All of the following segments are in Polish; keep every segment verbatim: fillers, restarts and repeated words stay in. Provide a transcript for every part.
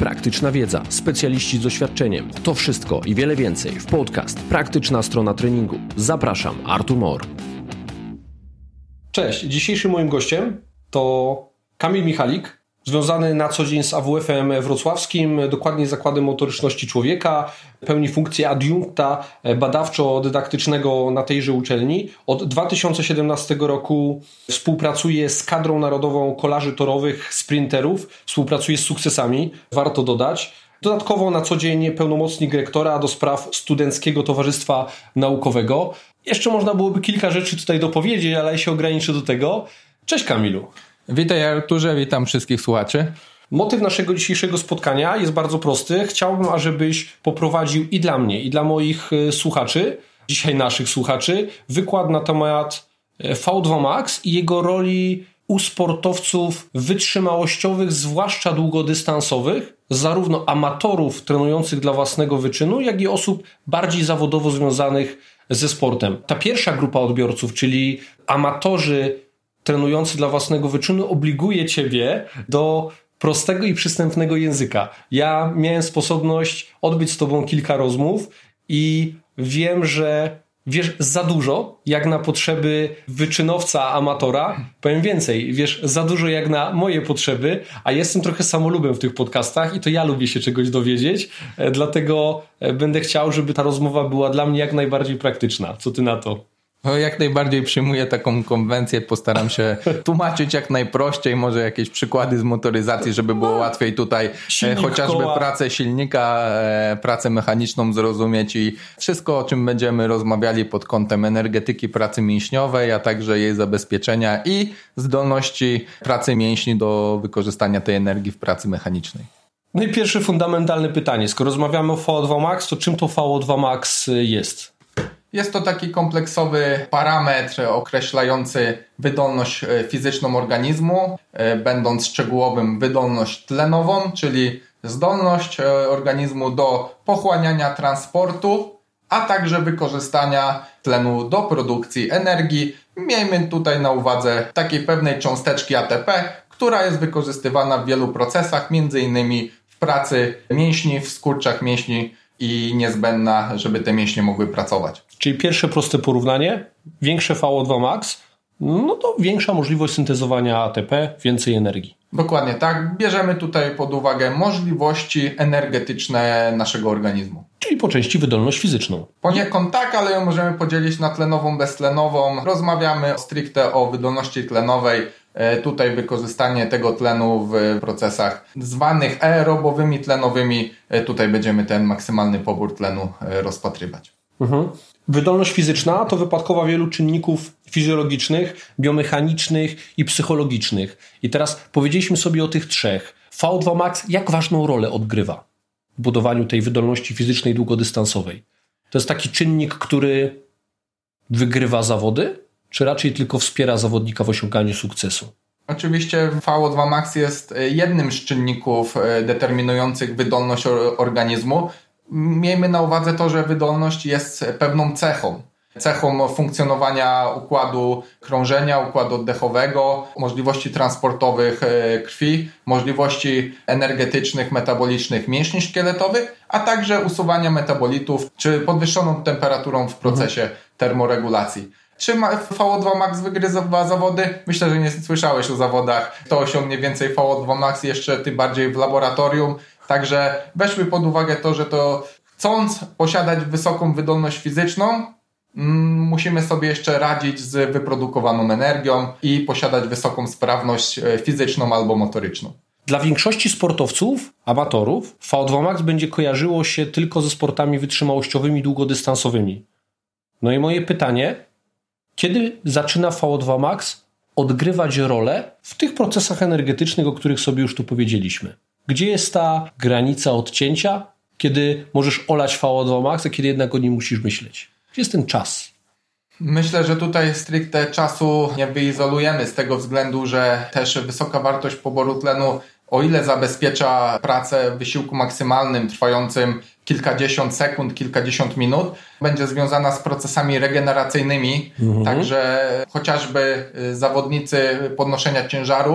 praktyczna wiedza, specjaliści z doświadczeniem. To wszystko i wiele więcej w podcast Praktyczna Strona Treningu. Zapraszam, Artur Mor. Cześć, dzisiejszym moim gościem to Kamil Michalik, związany na co dzień z A W F-em wrocławskim, dokładnie Zakładem Motoryczności Człowieka, pełni funkcję adiunkta badawczo-dydaktycznego na tejże uczelni. Od dwa tysiące siedemnastego roku współpracuje z kadrą narodową kolarzy torowych, sprinterów, współpracuje z sukcesami, warto dodać. Dodatkowo na co dzień pełnomocnik rektora do spraw Studenckiego Towarzystwa Naukowego. Jeszcze można byłoby kilka rzeczy tutaj dopowiedzieć, ale ja się ograniczę do tego. Cześć Kamilu. Witaj Arturze, witam wszystkich słuchaczy. Motyw naszego dzisiejszego spotkania jest bardzo prosty. Chciałbym, ażebyś poprowadził i dla mnie, i dla moich słuchaczy, dzisiaj naszych słuchaczy, wykład na temat V dwa Max i jego roli u sportowców wytrzymałościowych, zwłaszcza długodystansowych, zarówno amatorów trenujących dla własnego wyczynu, jak i osób bardziej zawodowo związanych ze sportem. Ta pierwsza grupa odbiorców, czyli amatorzy trenujący dla własnego wyczynu, obliguje Ciebie do prostego i przystępnego języka. Ja miałem sposobność odbyć z Tobą kilka rozmów i wiem, że wiesz za dużo jak na potrzeby wyczynowca amatora. Powiem więcej, wiesz za dużo jak na moje potrzeby, a jestem trochę samolubem w tych podcastach i to ja lubię się czegoś dowiedzieć, dlatego będę chciał, żeby ta rozmowa była dla mnie jak najbardziej praktyczna. Co Ty na to? No, jak najbardziej przyjmuję taką konwencję, postaram się tłumaczyć jak najprościej, może jakieś przykłady z motoryzacji, żeby było łatwiej tutaj Silnik, chociażby koła. pracę silnika, pracę mechaniczną zrozumieć i wszystko, o czym będziemy rozmawiali pod kątem energetyki pracy mięśniowej, a także jej zabezpieczenia i zdolności pracy mięśni do wykorzystania tej energii w pracy mechanicznej. No i pierwsze fundamentalne pytanie, skoro rozmawiamy o V dwa Max, to czym to V dwa Max jest? Jest to taki kompleksowy parametr określający wydolność fizyczną organizmu, będąc szczegółowym wydolność tlenową, czyli zdolność organizmu do pochłaniania, transportu, a także wykorzystania tlenu do produkcji energii. Miejmy tutaj na uwadze takiej pewnej cząsteczki A T P, która jest wykorzystywana w wielu procesach, między innymi w pracy mięśni, w skurczach mięśni i niezbędna, żeby te mięśnie mogły pracować. Czyli pierwsze proste porównanie, większe V dwa Max, no to większa możliwość syntezowania A T P, więcej energii. Dokładnie tak. Bierzemy tutaj pod uwagę możliwości energetyczne naszego organizmu. Czyli po części wydolność fizyczną. Poniekąd tak, ale ją możemy podzielić na tlenową, beztlenową. Rozmawiamy stricte o wydolności tlenowej. Tutaj wykorzystanie tego tlenu w procesach zwanych aerobowymi, tlenowymi. Tutaj będziemy ten maksymalny pobór tlenu rozpatrywać. Mhm. Wydolność fizyczna to wypadkowa wielu czynników fizjologicznych, biomechanicznych i psychologicznych. I teraz powiedzieliśmy sobie o tych trzech. V dwa Max jak ważną rolę odgrywa w budowaniu tej wydolności fizycznej długodystansowej? To jest taki czynnik, który wygrywa zawody, czy raczej tylko wspiera zawodnika w osiąganiu sukcesu? Oczywiście V dwa Max jest jednym z czynników determinujących wydolność organizmu. Miejmy na uwadze to, że wydolność jest pewną cechą. Cechą funkcjonowania układu krążenia, układu oddechowego, możliwości transportowych krwi, możliwości energetycznych, metabolicznych mięśni szkieletowych, a także usuwania metabolitów czy podwyższoną temperaturą w procesie mhm. termoregulacji. Czy V dwa Max wygrywa zawody? Myślę, że nie słyszałeś o zawodach. Kto osiągnie więcej V dwa Max, jeszcze tym bardziej w laboratorium. Także weźmy pod uwagę to, że to chcąc posiadać wysoką wydolność fizyczną, mm, musimy sobie jeszcze radzić z wyprodukowaną energią i posiadać wysoką sprawność fizyczną albo motoryczną. Dla większości sportowców, amatorów, V dwa Max będzie kojarzyło się tylko ze sportami wytrzymałościowymi, długodystansowymi. No i moje pytanie, kiedy zaczyna V dwa Max odgrywać rolę w tych procesach energetycznych, o których sobie już tu powiedzieliśmy? Gdzie jest ta granica odcięcia, kiedy możesz olać V dwa Max, a kiedy jednak o nim musisz myśleć? Gdzie jest ten czas? Myślę, że tutaj stricte czasu nie wyizolujemy z tego względu, że też wysoka wartość poboru tlenu, o ile zabezpiecza pracę w wysiłku maksymalnym trwającym kilkadziesiąt sekund, kilkadziesiąt minut, będzie związana z procesami regeneracyjnymi, mhm. także chociażby zawodnicy podnoszenia ciężarów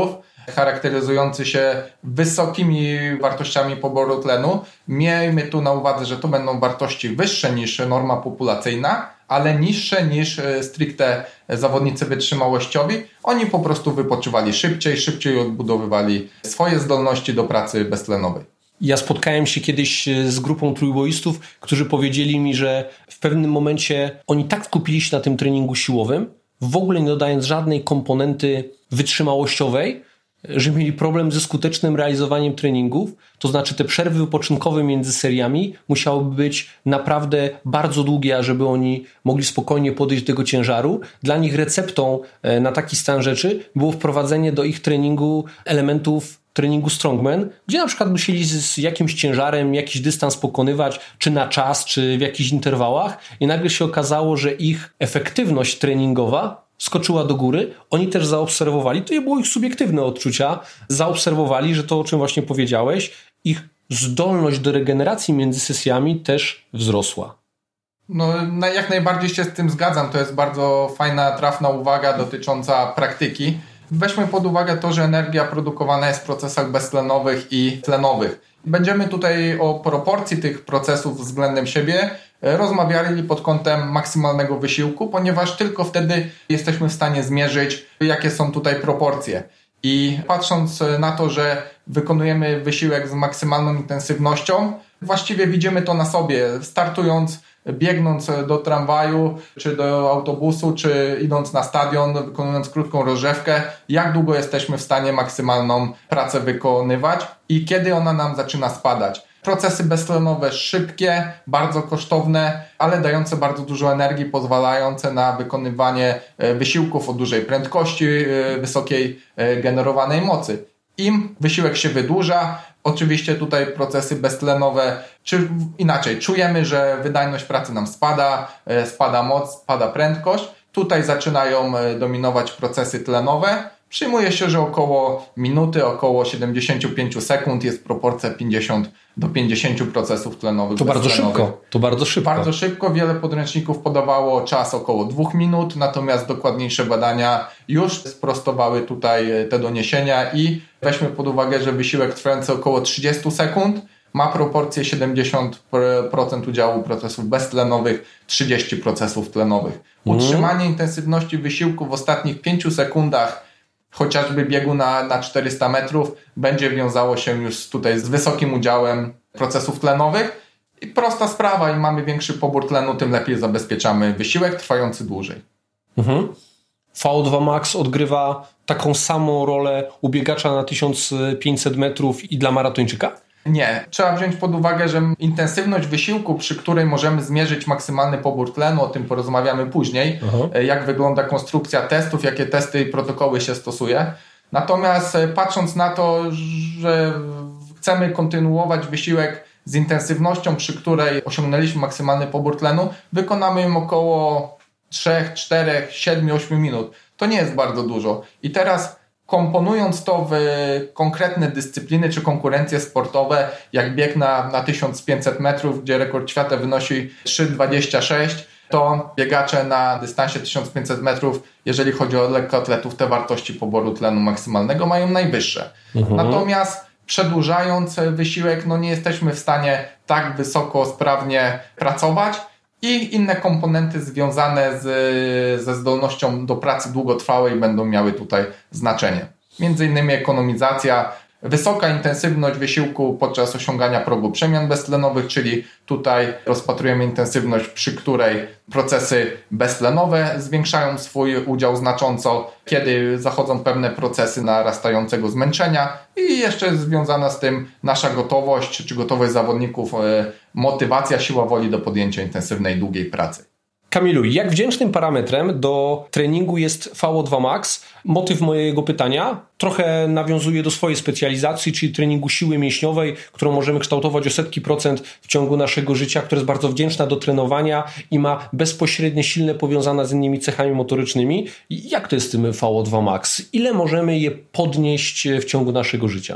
charakteryzujący się wysokimi wartościami poboru tlenu. Miejmy tu na uwadze, że to będą wartości wyższe niż norma populacyjna, ale niższe niż stricte zawodnicy wytrzymałościowi. Oni po prostu wypoczywali szybciej, szybciej odbudowywali swoje zdolności do pracy beztlenowej. Ja spotkałem się kiedyś z grupą trójboistów, którzy powiedzieli mi, że w pewnym momencie oni tak skupili się na tym treningu siłowym, w ogóle nie dodając żadnej komponenty wytrzymałościowej, że mieli problem ze skutecznym realizowaniem treningów, to znaczy te przerwy wypoczynkowe między seriami musiałyby być naprawdę bardzo długie, ażeby oni mogli spokojnie podejść do tego ciężaru. Dla nich receptą na taki stan rzeczy było wprowadzenie do ich treningu elementów treningu strongman, gdzie na przykład musieli z jakimś ciężarem jakiś dystans pokonywać, czy na czas, czy w jakichś interwałach i nagle się okazało, że ich efektywność treningowa skoczyła do góry. Oni też zaobserwowali, to nie było ich subiektywne odczucia, zaobserwowali, że to, o czym właśnie powiedziałeś, ich zdolność do regeneracji między sesjami też wzrosła. No, jak najbardziej się z tym zgadzam. To jest bardzo fajna, trafna uwaga dotycząca praktyki. Weźmy pod uwagę to, że energia produkowana jest w procesach beztlenowych i tlenowych. Będziemy tutaj o proporcji tych procesów względem siebie rozmawiali pod kątem maksymalnego wysiłku, ponieważ tylko wtedy jesteśmy w stanie zmierzyć, jakie są tutaj proporcje. I patrząc na to, że wykonujemy wysiłek z maksymalną intensywnością, właściwie widzimy to na sobie, startując, biegnąc do tramwaju, czy do autobusu, czy idąc na stadion, wykonując krótką rozgrzewkę, jak długo jesteśmy w stanie maksymalną pracę wykonywać i kiedy ona nam zaczyna spadać. Procesy beztlenowe szybkie, bardzo kosztowne, ale dające bardzo dużo energii, pozwalające na wykonywanie wysiłków o dużej prędkości, wysokiej generowanej mocy. Im wysiłek się wydłuża, oczywiście tutaj procesy beztlenowe, czy inaczej, czujemy, że wydajność pracy nam spada, spada moc, spada prędkość. Tutaj zaczynają dominować procesy tlenowe. Przyjmuje się, że około minuty, około siedemdziesiąt pięć sekund jest proporcja pięćdziesiąt do pięćdziesięciu procesów tlenowych. To bardzo szybko. To bardzo szybko. Bardzo szybko. Wiele podręczników podawało czas około dwóch minut, natomiast dokładniejsze badania już sprostowały tutaj te doniesienia i weźmy pod uwagę, że wysiłek trwający około trzydzieści sekund ma proporcję siedemdziesiąt procent udziału procesów beztlenowych, trzydzieści procent procesów tlenowych. Utrzymanie mm. intensywności wysiłku w ostatnich pięciu sekundach chociażby biegu na, na czterysta metrów będzie wiązało się już tutaj z wysokim udziałem procesów tlenowych. I prosta sprawa, im mamy większy pobór tlenu, tym lepiej zabezpieczamy wysiłek trwający dłużej. Mhm. V O dwa Max odgrywa taką samą rolę u biegacza na tysiąc pięćset metrów i dla maratończyka? Nie. Trzeba wziąć pod uwagę, że intensywność wysiłku, przy której możemy zmierzyć maksymalny pobór tlenu, o tym porozmawiamy później, Aha. jak wygląda konstrukcja testów, jakie testy i protokoły się stosuje. Natomiast patrząc na to, że chcemy kontynuować wysiłek z intensywnością, przy której osiągnęliśmy maksymalny pobór tlenu, wykonamy ją około trzy, cztery, siedem, osiem minut. To nie jest bardzo dużo. I teraz komponując to w konkretne dyscypliny czy konkurencje sportowe, jak bieg na, na tysiąc pięćset metrów, gdzie rekord świata wynosi trzy dwadzieścia sześć, to biegacze na dystansie tysiąc pięćset metrów, jeżeli chodzi o lekkoatletów, te wartości poboru tlenu maksymalnego mają najwyższe. Mhm. Natomiast przedłużając wysiłek, no nie jesteśmy w stanie tak wysoko, sprawnie pracować, i inne komponenty związane z, ze zdolnością do pracy długotrwałej będą miały tutaj znaczenie. Między innymi ekonomizacja, wysoka intensywność wysiłku podczas osiągania progu przemian beztlenowych, czyli tutaj rozpatrujemy intensywność, przy której procesy beztlenowe zwiększają swój udział znacząco, kiedy zachodzą pewne procesy narastającego zmęczenia i jeszcze jest związana z tym nasza gotowość, czy gotowość zawodników, motywacja, siła woli do podjęcia intensywnej, długiej pracy. Kamilu, jak wdzięcznym parametrem do treningu jest V O dwa Max? Motyw mojego pytania trochę nawiązuje do swojej specjalizacji, czyli treningu siły mięśniowej, którą możemy kształtować o setki procent w ciągu naszego życia, która jest bardzo wdzięczna do trenowania i ma bezpośrednie, silne powiązane z innymi cechami motorycznymi. Jak to jest z tym V O dwa Max? Ile możemy je podnieść w ciągu naszego życia?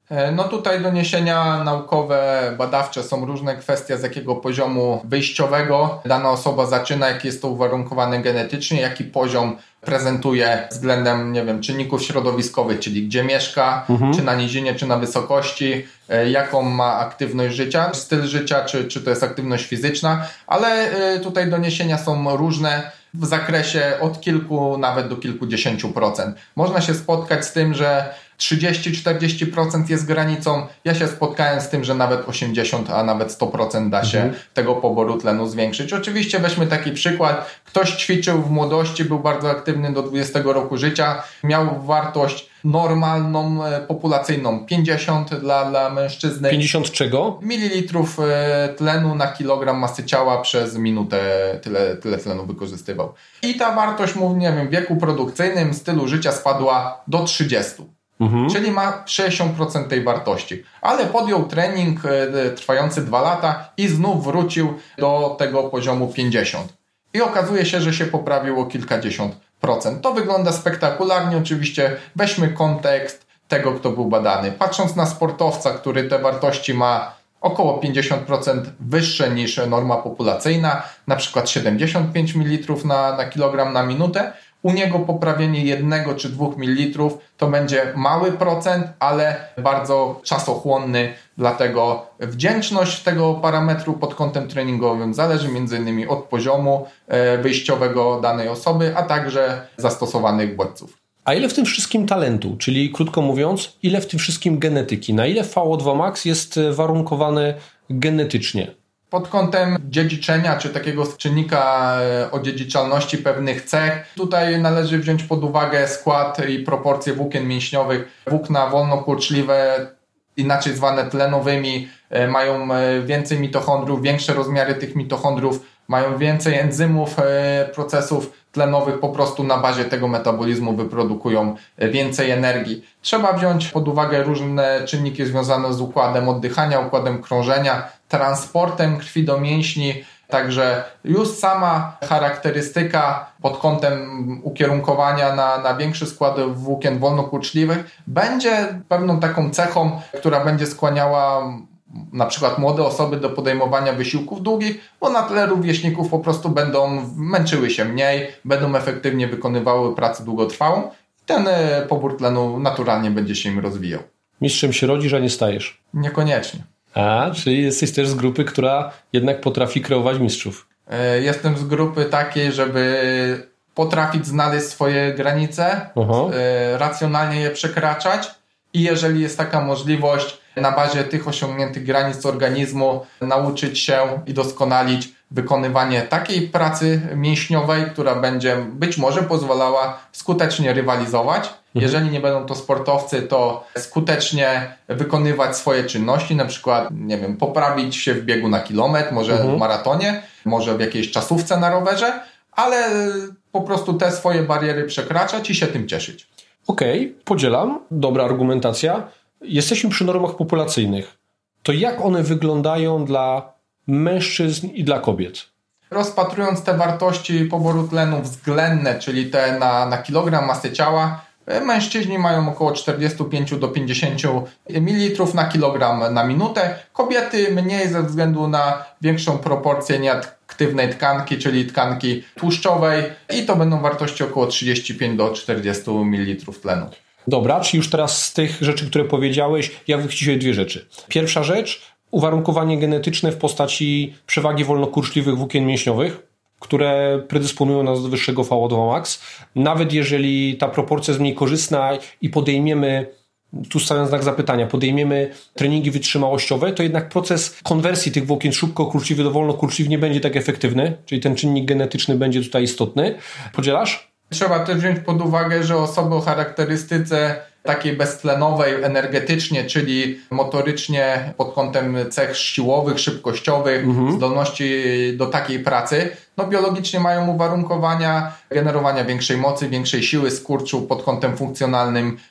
No tutaj doniesienia naukowe, badawcze są różne, kwestia z jakiego poziomu wyjściowego dana osoba zaczyna, jak jest to uwarunkowane genetycznie, jaki poziom prezentuje względem, nie wiem, czynników środowiskowych, czyli gdzie mieszka, mhm. czy na nizinie, czy na wysokości, jaką ma aktywność życia, styl życia, czy, czy to jest aktywność fizyczna, ale tutaj doniesienia są różne w zakresie od kilku nawet do kilkudziesięciu procent. Można się spotkać z tym, że trzydzieści do czterdziestu procent jest granicą. Ja się spotkałem z tym, że nawet osiemdziesiąt, a nawet sto procent da się mhm. tego poboru tlenu zwiększyć. Oczywiście weźmy taki przykład. Ktoś ćwiczył w młodości, był bardzo aktywny do dwudziestego roku życia, miał wartość normalną, populacyjną pięćdziesiąt dla, dla mężczyzny. pięćdziesiąt czego? Mililitrów tlenu na kilogram masy ciała przez minutę tyle, tyle tlenu wykorzystywał. I ta wartość, nie wiem, w wieku produkcyjnym, stylu życia spadła do trzydziestu. Mhm. Czyli ma sześćdziesiąt procent tej wartości. Ale podjął trening e, trwający dwa lata i znów wrócił do tego poziomu pięćdziesiąt. I okazuje się, że się poprawił o kilkadziesiąt procent. To wygląda spektakularnie. Oczywiście weźmy kontekst tego, kto był badany. Patrząc na sportowca, który te wartości ma około pięćdziesiąt procent wyższe niż norma populacyjna, na przykład siedemdziesiąt pięć mililitrów na, na kilogram na minutę, u niego poprawienie jednego czy dwóch mililitrów to będzie mały procent, ale bardzo czasochłonny, dlatego wdzięczność tego parametru pod kątem treningowym zależy między innymi od poziomu wyjściowego danej osoby, a także zastosowanych bodźców. A ile w tym wszystkim talentu, czyli krótko mówiąc, ile w tym wszystkim genetyki? Na ile V O dwa max jest warunkowane genetycznie? Pod kątem dziedziczenia, czy takiego czynnika odziedziczalności pewnych cech, tutaj należy wziąć pod uwagę skład i proporcje włókien mięśniowych. Włókna wolnokurczliwe, inaczej zwane tlenowymi, mają więcej mitochondriów, większe rozmiary tych mitochondriów, mają więcej enzymów, procesów tlenowych, po prostu na bazie tego metabolizmu wyprodukują więcej energii. Trzeba wziąć pod uwagę różne czynniki związane z układem oddychania, układem krążenia, transportem krwi do mięśni, także już sama charakterystyka pod kątem ukierunkowania na, na większy skład włókien wolnokurczliwych będzie pewną taką cechą, która będzie skłaniała na przykład młode osoby do podejmowania wysiłków długich, bo na tle rówieśników po prostu będą męczyły się mniej, będą efektywnie wykonywały pracę długotrwałą i ten pobór tlenu naturalnie będzie się im rozwijał. Mistrzem się rodzisz, a nie stajesz? Niekoniecznie. A, czyli jesteś też z grupy, która jednak potrafi kreować mistrzów. Jestem z grupy takiej, żeby potrafić znaleźć swoje granice, Aha. racjonalnie je przekraczać i jeżeli jest taka możliwość, na bazie tych osiągniętych granic organizmu nauczyć się i doskonalić wykonywanie takiej pracy mięśniowej, która będzie być może pozwalała skutecznie rywalizować. Mhm. Jeżeli nie będą to sportowcy, to skutecznie wykonywać swoje czynności, na przykład, nie wiem, poprawić się w biegu na kilometr, może mhm. w maratonie, może w jakiejś czasówce na rowerze, ale po prostu te swoje bariery przekraczać i się tym cieszyć. Okej, okay, podzielam. Dobra argumentacja. Jesteśmy przy normach populacyjnych. To jak one wyglądają dla mężczyzn i dla kobiet? Rozpatrując te wartości poboru tlenu względne, czyli te na, na kilogram masy ciała, mężczyźni mają około czterdzieści pięć do pięćdziesięciu mililitrów na kilogram na minutę. Kobiety mniej ze względu na większą proporcję nieaktywnej tkanki, czyli tkanki tłuszczowej i to będą wartości około trzydzieści pięć do czterdziestu mililitrów tlenu. Dobra, czyli już teraz z tych rzeczy, które powiedziałeś, ja wychwyciłem dwie rzeczy. Pierwsza rzecz, uwarunkowanie genetyczne w postaci przewagi wolnokurczliwych włókien mięśniowych, które predysponują nas do wyższego V O dwa max. Nawet jeżeli ta proporcja jest mniej korzystna i podejmiemy, tu stawiam znak zapytania, podejmiemy treningi wytrzymałościowe, to jednak proces konwersji tych włókien szybkokurczliwych do wolnokurczliwych nie będzie tak efektywny, czyli ten czynnik genetyczny będzie tutaj istotny. Podzielasz? Trzeba też wziąć pod uwagę, że osoby o charakterystyce takiej beztlenowej energetycznie, czyli motorycznie pod kątem cech siłowych, szybkościowych, mhm. zdolności do takiej pracy, no biologicznie mają uwarunkowania generowania większej mocy, większej siły skurczu pod kątem funkcjonalnym,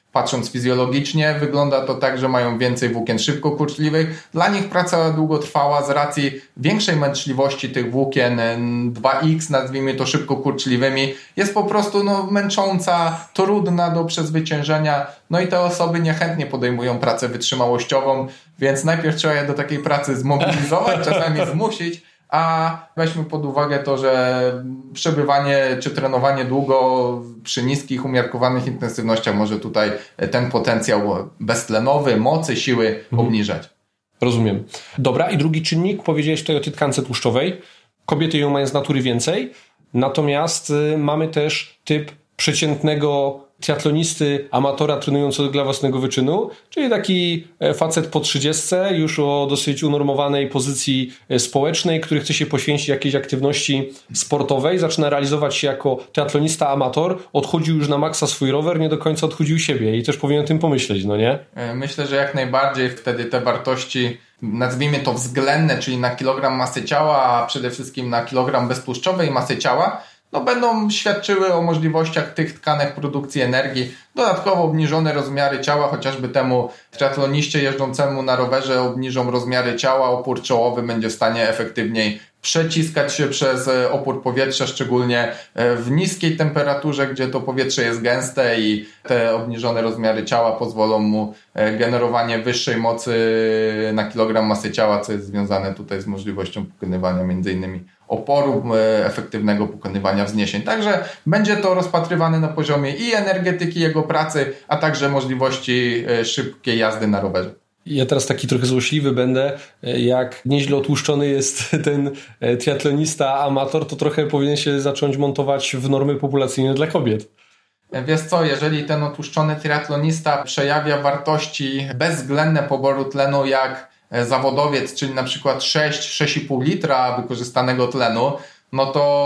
Patrząc fizjologicznie, wygląda to tak, że mają więcej włókien szybko kurczliwych. Dla nich praca długotrwała z racji większej męczliwości tych włókien dwa iks, nazwijmy to szybko kurczliwymi, jest po prostu no, męcząca, trudna do przezwyciężenia. No i te osoby niechętnie podejmują pracę wytrzymałościową, więc najpierw trzeba je do takiej pracy zmobilizować, czasami zmusić, a weźmy pod uwagę to, że przebywanie czy trenowanie długo przy niskich, umiarkowanych intensywnościach może tutaj ten potencjał beztlenowy, mocy, siły obniżać. Rozumiem. Dobra, i drugi czynnik, powiedziałeś tutaj o tej tkance tłuszczowej. Kobiety ją mają z natury więcej, natomiast y, mamy też typ przeciętnego triatlonisty, amatora trenującego dla własnego wyczynu, czyli taki facet po trzydziestce, już o dosyć unormowanej pozycji społecznej, który chce się poświęcić jakiejś aktywności sportowej, zaczyna realizować się jako triatlonista, amator, odchodził już na maksa swój rower, nie do końca odchodził siebie i też powinien o tym pomyśleć, no nie? Myślę, że jak najbardziej wtedy te wartości, nazwijmy to względne, czyli na kilogram masy ciała, a przede wszystkim na kilogram beztłuszczowej masy ciała, no będą świadczyły o możliwościach tych tkanek produkcji energii. Dodatkowo obniżone rozmiary ciała, chociażby temu triatloniście jeżdżącemu na rowerze obniżą rozmiary ciała, opór czołowy będzie w stanie efektywniej przeciskać się przez opór powietrza, szczególnie w niskiej temperaturze, gdzie to powietrze jest gęste i te obniżone rozmiary ciała pozwolą mu generowanie wyższej mocy na kilogram masy ciała, co jest związane tutaj z możliwością pokonywania między innymi oporu, efektywnego pokonywania wzniesień. Także będzie to rozpatrywane na poziomie i energetyki jego pracy, a także możliwości szybkiej jazdy na rowerze. Ja teraz taki trochę złośliwy będę, jak nieźle otłuszczony jest ten triatlonista, amator, to trochę powinien się zacząć montować w normy populacyjne dla kobiet. Wiesz co, jeżeli ten otłuszczony triatlonista przejawia wartości bezwzględne poboru tlenu jak zawodowiec, czyli na przykład sześć do sześciu i pół litra wykorzystanego tlenu, no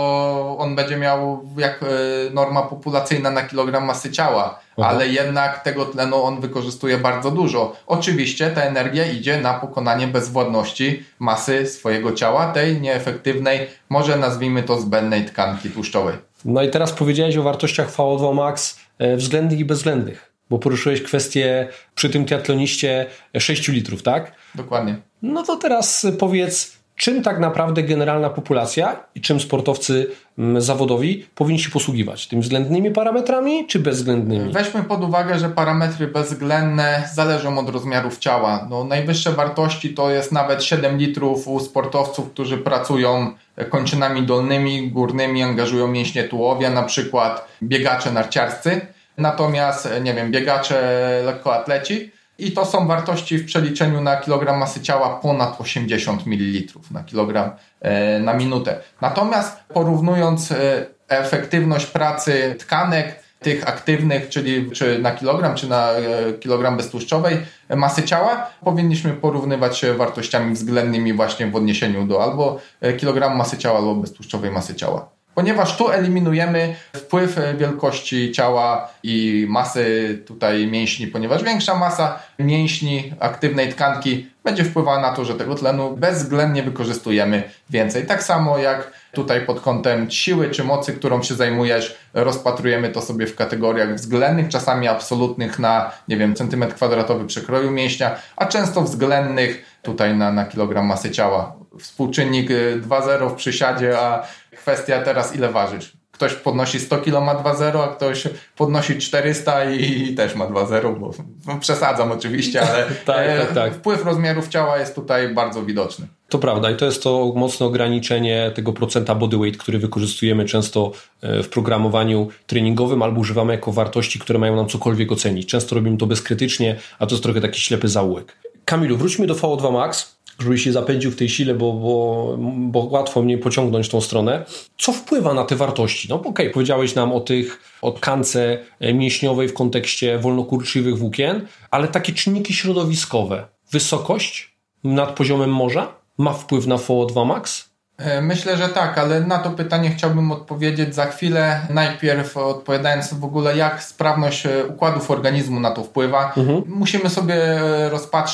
to on będzie miał jak norma populacyjna na kilogram masy ciała, Aha. ale jednak tego tlenu on wykorzystuje bardzo dużo. Oczywiście ta energia idzie na pokonanie bezwładności masy swojego ciała, tej nieefektywnej, może nazwijmy to zbędnej tkanki tłuszczowej. No i teraz powiedziałeś o wartościach V O dwa max względnych i bezwzględnych, bo poruszyłeś kwestię przy tym triatloniście sześciu litrów, tak? Dokładnie. No to teraz powiedz, czym tak naprawdę generalna populacja i czym sportowcy zawodowi powinni się posługiwać? Tymi względnymi parametrami czy bezwzględnymi? Weźmy pod uwagę, że parametry bezwzględne zależą od rozmiarów ciała. No, najwyższe wartości to jest nawet siedem litrów u sportowców, którzy pracują kończynami dolnymi, górnymi, angażują mięśnie tułowia, na przykład biegacze narciarscy. Natomiast, nie wiem, biegacze lekkoatleci. I to są wartości w przeliczeniu na kilogram masy ciała ponad osiemdziesiąt mililitrów na kilogram e, na minutę. Natomiast porównując e, efektywność pracy tkanek, tych aktywnych, czyli czy na kilogram, czy na e, kilogram beztłuszczowej masy ciała, powinniśmy porównywać się wartościami względnymi właśnie w odniesieniu do albo kilogramu masy ciała, albo beztłuszczowej masy ciała. Ponieważ tu eliminujemy wpływ wielkości ciała i masy tutaj mięśni, ponieważ większa masa mięśni, aktywnej tkanki będzie wpływała na to, że tego tlenu bezwzględnie wykorzystujemy więcej. Tak samo jak tutaj pod kątem siły czy mocy, którą się zajmujesz, rozpatrujemy to sobie w kategoriach względnych, czasami absolutnych na, nie wiem, centymetr kwadratowy przekroju mięśnia, a często względnych tutaj na, na kilogram masy ciała. Współczynnik dwa zero w przysiadzie, a kwestia teraz ile ważysz. Ktoś podnosi sto kilo, ma dwa zero, a ktoś podnosi czterysta i też ma dwa zero, bo no, przesadzam oczywiście, ale tak, tak, tak. wpływ rozmiarów ciała jest tutaj bardzo widoczny. To prawda i to jest to mocne ograniczenie tego procenta body weight, który wykorzystujemy często w programowaniu treningowym albo używamy jako wartości, które mają nam cokolwiek ocenić. Często robimy to bezkrytycznie, a to jest trochę taki ślepy zaułek. Kamilu, wróćmy do V O dwa max, żebyś się zapędził w tej sile, bo, bo, bo łatwo mnie pociągnąć w tą stronę. Co wpływa na te wartości? No okej, okay, powiedziałeś nam o tych, o tkance mięśniowej w kontekście wolnokurczliwych włókien, ale takie czynniki środowiskowe, wysokość nad poziomem morza ma wpływ na V O dwa max? Myślę, że tak, ale na to pytanie chciałbym odpowiedzieć za chwilę. Najpierw odpowiadając w ogóle, jak sprawność układów organizmu na to wpływa. Mhm. Musimy sobie rozpatrzeć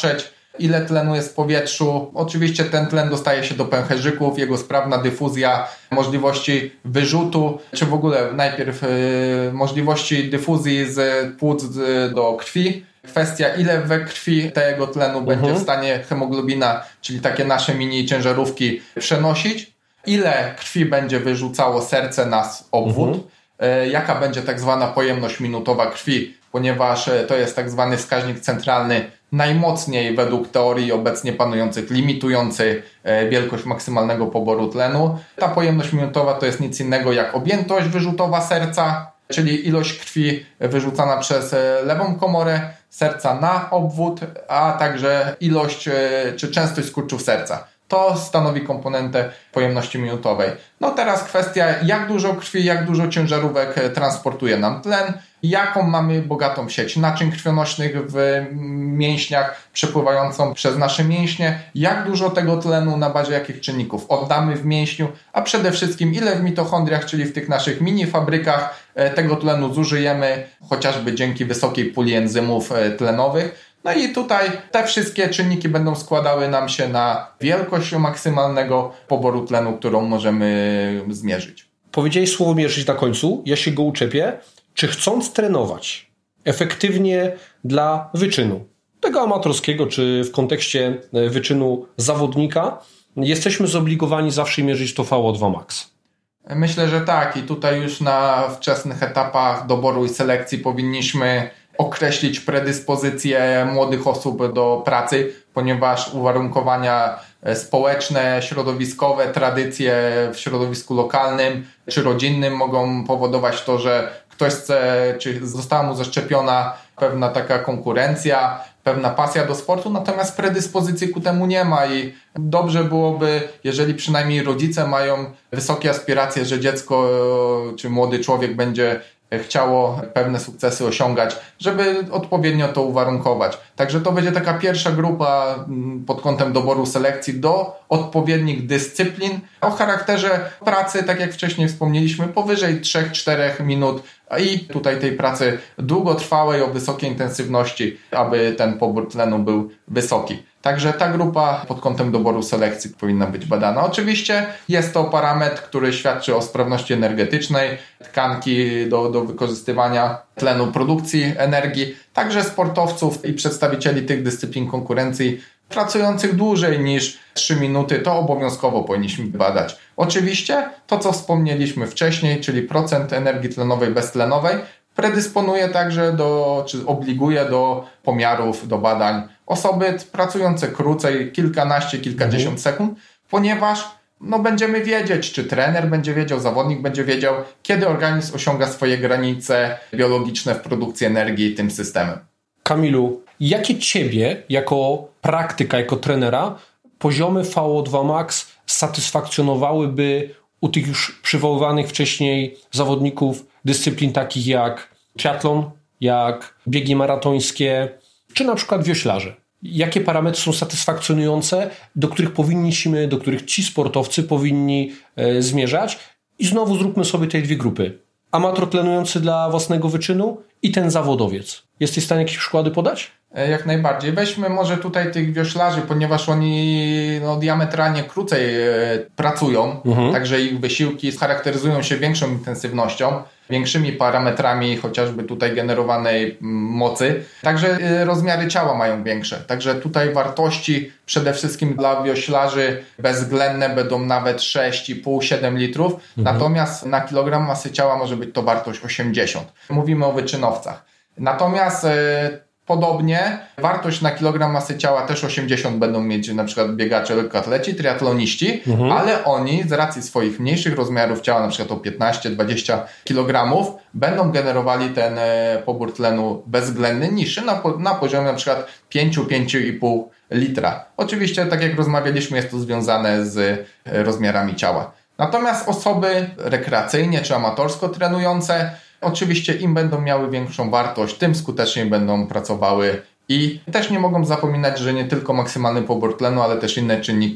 ile tlenu jest w powietrzu. Oczywiście ten tlen dostaje się do pęcherzyków, jego sprawna dyfuzja, możliwości wyrzutu, czy w ogóle najpierw yy, możliwości dyfuzji z płuc do krwi. Kwestia, ile we krwi tego tlenu mhm. będzie w stanie hemoglobina, czyli takie nasze mini ciężarówki, przenosić. Ile krwi będzie wyrzucało serce na obwód. Mhm. Jaka będzie tak zwana pojemność minutowa krwi, ponieważ to jest tak zwany wskaźnik centralny, najmocniej według teorii obecnie panujących, limitujący wielkość maksymalnego poboru tlenu. Ta pojemność minutowa to jest nic innego jak objętość wyrzutowa serca, czyli ilość krwi wyrzucana przez lewą komorę serca na obwód, a także ilość czy częstość skurczów serca. To stanowi komponentę pojemności minutowej. No teraz kwestia, jak dużo krwi, jak dużo ciężarówek transportuje nam tlen, jaką mamy bogatą sieć naczyń krwionośnych w mięśniach przepływającą przez nasze mięśnie, jak dużo tego tlenu na bazie jakich czynników oddamy w mięśniu, a przede wszystkim ile w mitochondriach, czyli w tych naszych mini fabrykach tego tlenu zużyjemy, chociażby dzięki wysokiej puli enzymów tlenowych. No i tutaj te wszystkie czynniki będą składały nam się na wielkość maksymalnego poboru tlenu, którą możemy zmierzyć. Powiedziałeś słowo mierzyć na końcu, ja się go uczepię. Czy chcąc trenować efektywnie dla wyczynu, tego amatorskiego, czy w kontekście wyczynu zawodnika, jesteśmy zobligowani zawsze mierzyć to V O dwa max? Myślę, że tak i tutaj już na wczesnych etapach doboru i selekcji powinniśmy określić predyspozycje młodych osób do pracy, ponieważ uwarunkowania społeczne, środowiskowe, tradycje w środowisku lokalnym czy rodzinnym mogą powodować to, że ktoś chce, czy została mu zaszczepiona pewna taka konkurencja, pewna pasja do sportu, natomiast predyspozycji ku temu nie ma i dobrze byłoby, jeżeli przynajmniej rodzice mają wysokie aspiracje, że dziecko czy młody człowiek będzie chciało pewne sukcesy osiągać, żeby odpowiednio to uwarunkować. Także to będzie taka pierwsza grupa pod kątem doboru selekcji do odpowiednich dyscyplin o charakterze pracy, tak jak wcześniej wspomnieliśmy, powyżej trzy do czterech minut i tutaj tej pracy długotrwałej o wysokiej intensywności, aby ten pobór tlenu był wysoki. Także ta grupa pod kątem doboru selekcji powinna być badana. Oczywiście jest to parametr, który świadczy o sprawności energetycznej tkanki do, do wykorzystywania tlenu, produkcji energii, także sportowców i przedstawicieli tych dyscyplin konkurencji pracujących dłużej niż trzy minuty, to obowiązkowo powinniśmy badać. Oczywiście to, co wspomnieliśmy wcześniej, czyli procent energii tlenowej beztlenowej, predysponuje także do, czy obliguje do pomiarów, do badań osoby pracujące krócej, kilkanaście, kilkadziesiąt mhm. sekund, ponieważ no, będziemy wiedzieć, czy trener będzie wiedział, zawodnik będzie wiedział, kiedy organizm osiąga swoje granice biologiczne w produkcji energii tym systemem. Kamilu, jakie ciebie jako praktyka, jako trenera poziomy V O dwa max satysfakcjonowałyby u tych już przywoływanych wcześniej zawodników dyscyplin takich jak triatlon, jak biegi maratońskie, czy na przykład wioślarze? Jakie parametry są satysfakcjonujące, do których powinniśmy, do których ci sportowcy powinni e, zmierzać? I znowu zróbmy sobie te dwie grupy. Amator trenujący dla własnego wyczynu i ten zawodowiec. Jesteś w stanie jakieś przykłady podać? Jak najbardziej. Weźmy może tutaj tych wioślarzy, ponieważ oni no, diametralnie krócej e, pracują, mhm. także ich wysiłki charakteryzują się większą intensywnością, większymi parametrami chociażby tutaj generowanej mocy, także e, rozmiary ciała mają większe. Także tutaj wartości przede wszystkim dla wioślarzy bezwzględne będą nawet sześć i pół do siedmiu litrów, mhm. natomiast na kilogram masy ciała może być to wartość osiemdziesiąt. Mówimy o wyczynowcach. Natomiast e, podobnie wartość na kilogram masy ciała też osiemdziesiąt będą mieć na przykład biegacze, lekkoatleci, triatloniści, mhm. ale oni z racji swoich mniejszych rozmiarów ciała, na przykład o piętnaście do dwudziestu kilogramów, będą generowali ten pobór tlenu bezwzględny niższy na, na poziomie na przykład pięć do pięciu i pół litra. Oczywiście, tak jak rozmawialiśmy, jest to związane z rozmiarami ciała. Natomiast osoby rekreacyjnie czy amatorsko trenujące, oczywiście im będą miały większą wartość, tym skuteczniej będą pracowały i też nie mogą zapominać, że nie tylko maksymalny pobór tlenu, ale też inne czynniki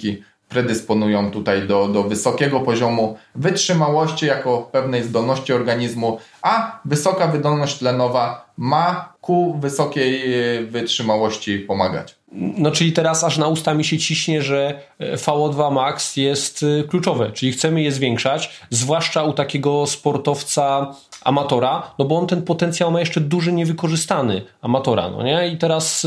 predysponują tutaj do, do wysokiego poziomu wytrzymałości jako pewnej zdolności organizmu, a wysoka wydolność tlenowa ma ku wysokiej wytrzymałości pomagać. No czyli teraz aż na usta mi się ciśnie, że V O dwa Max jest kluczowe, czyli chcemy je zwiększać, zwłaszcza u takiego sportowca amatora, no bo on ten potencjał ma jeszcze duży niewykorzystany amatora, no nie? I teraz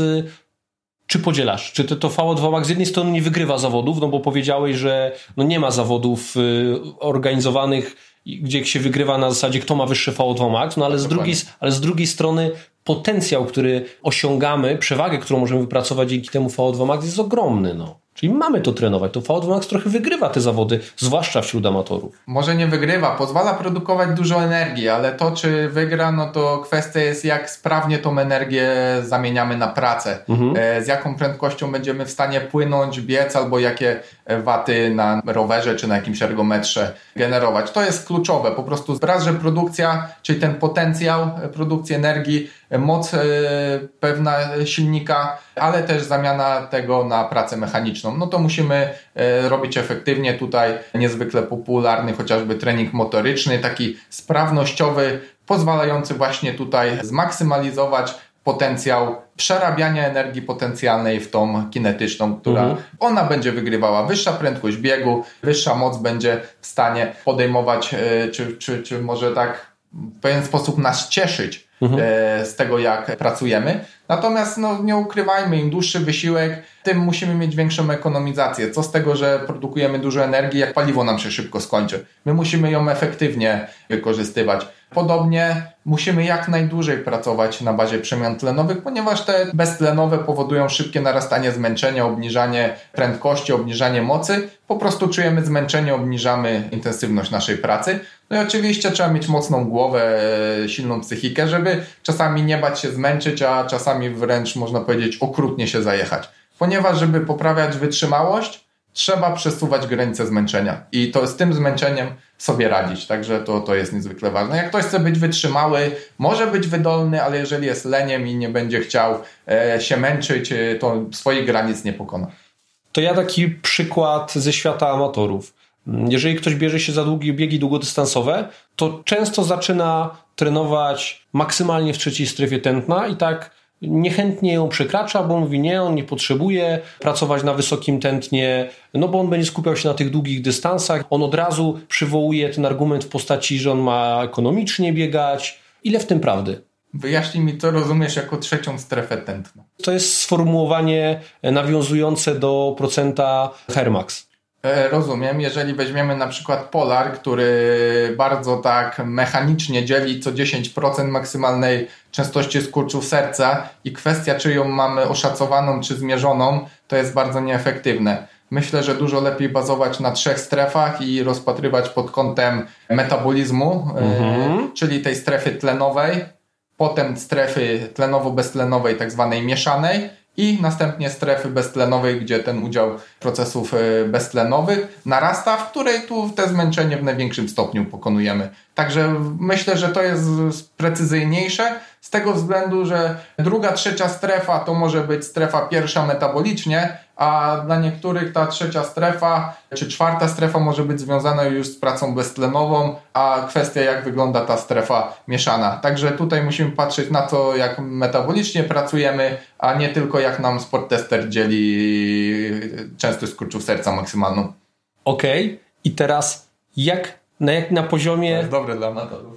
czy podzielasz? Czy to, to V O dwa Max z jednej strony nie wygrywa zawodów, no bo powiedziałeś, że no nie ma zawodów y, organizowanych, gdzie się wygrywa na zasadzie kto ma wyższe V O dwa Max, no ale z, drugiej, ale z drugiej strony potencjał, który osiągamy, przewagę, którą możemy wypracować dzięki temu V O dwa Max jest ogromny, no. Czyli mamy to trenować. To V O dwa Max trochę wygrywa te zawody, zwłaszcza wśród amatorów. Może nie wygrywa, pozwala produkować dużo energii, ale to czy wygra, no to kwestia jest jak sprawnie tą energię zamieniamy na pracę. Mhm. Z jaką prędkością będziemy w stanie płynąć, biec albo jakie waty na rowerze czy na jakimś ergometrze generować. To jest kluczowe. Po prostu raz, że produkcja, czyli ten potencjał produkcji energii, moc pewna silnika, ale też zamiana tego na pracę mechaniczną. No to musimy robić efektywnie. Tutaj niezwykle popularny chociażby trening motoryczny, taki sprawnościowy, pozwalający właśnie tutaj zmaksymalizować potencjał przerabiania energii potencjalnej w tą kinetyczną, która mhm. ona będzie wygrywała. Wyższa prędkość biegu, wyższa moc będzie w stanie podejmować, czy, czy, czy może tak w pewien sposób nas cieszyć mhm. z tego, jak pracujemy. Natomiast no, nie ukrywajmy, im dłuższy wysiłek, tym musimy mieć większą ekonomizację. Co z tego, że produkujemy dużo energii, jak paliwo nam się szybko skończy. My musimy ją efektywnie wykorzystywać. Podobnie musimy jak najdłużej pracować na bazie przemian tlenowych, ponieważ te beztlenowe powodują szybkie narastanie zmęczenia, obniżanie prędkości, obniżanie mocy. Po prostu czujemy zmęczenie, obniżamy intensywność naszej pracy. No i oczywiście trzeba mieć mocną głowę, silną psychikę, żeby czasami nie bać się zmęczyć, a czasami wręcz można powiedzieć okrutnie się zajechać. Ponieważ żeby poprawiać wytrzymałość, trzeba przesuwać granice zmęczenia i to z tym zmęczeniem sobie radzić, także to, to jest niezwykle ważne. Jak ktoś chce być wytrzymały, może być wydolny, ale jeżeli jest leniem i nie będzie chciał e, się męczyć, to swoich granic nie pokona. To ja taki przykład ze świata amatorów. Jeżeli ktoś bierze się za długie biegi długodystansowe, to często zaczyna trenować maksymalnie w trzeciej strefie tętna i tak niechętnie ją przekracza, bo mówi nie, on nie potrzebuje pracować na wysokim tętnie, no bo on będzie skupiał się na tych długich dystansach. On od razu przywołuje ten argument w postaci, że on ma ekonomicznie biegać. Ile w tym prawdy? Wyjaśnij mi, co rozumiesz jako trzecią strefę tętna. To jest sformułowanie nawiązujące do procenta Hermax. Rozumiem. Jeżeli weźmiemy na przykład Polar, który bardzo tak mechanicznie dzieli co dziesięć procent maksymalnej częstości skurczów serca i kwestia, czy ją mamy oszacowaną, czy zmierzoną, to jest bardzo nieefektywne. Myślę, że dużo lepiej bazować na trzech strefach i rozpatrywać pod kątem metabolizmu, mhm. y, czyli tej strefy tlenowej, potem strefy tlenowo-beztlenowej, tak zwanej mieszanej, i następnie strefy beztlenowej, gdzie ten udział procesów beztlenowych narasta, w której tu te zmęczenie w największym stopniu pokonujemy. Także myślę, że to jest precyzyjniejsze z tego względu, że druga, trzecia strefa to może być strefa pierwsza metabolicznie, a dla niektórych ta trzecia strefa czy czwarta strefa może być związana już z pracą beztlenową, a kwestia jak wygląda ta strefa mieszana. Także tutaj musimy patrzeć na to, jak metabolicznie pracujemy, a nie tylko jak nam sport tester dzieli częstość skurczów serca maksymalną. Okej, okay. I teraz jak na, jak na poziomie... To jest dobre dla amatorów.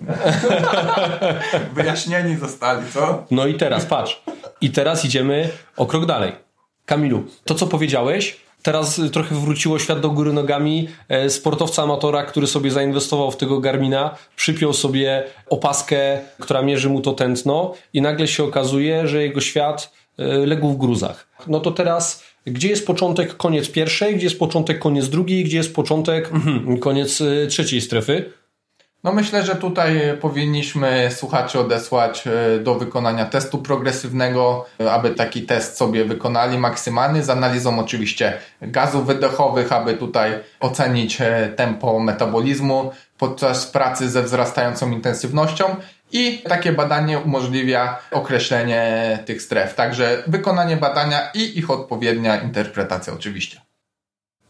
Wyjaśnieni zostali, co? No i teraz patrz. I teraz idziemy o krok dalej. Kamilu, to co powiedziałeś, teraz trochę wróciło świat do góry nogami. Sportowca amatora, który sobie zainwestował w tego Garmina, przypiął sobie opaskę, która mierzy mu to tętno i nagle się okazuje, że jego świat legł w gruzach. No to teraz, gdzie jest początek, koniec pierwszej, gdzie jest początek, koniec drugiej, gdzie jest początek, koniec trzeciej strefy? No myślę, że tutaj powinniśmy słuchaczy odesłać do wykonania testu progresywnego, aby taki test sobie wykonali maksymalny, z analizą oczywiście gazów wydechowych, aby tutaj ocenić tempo metabolizmu podczas pracy ze wzrastającą intensywnością i takie badanie umożliwia określenie tych stref. Także wykonanie badania i ich odpowiednia interpretacja oczywiście.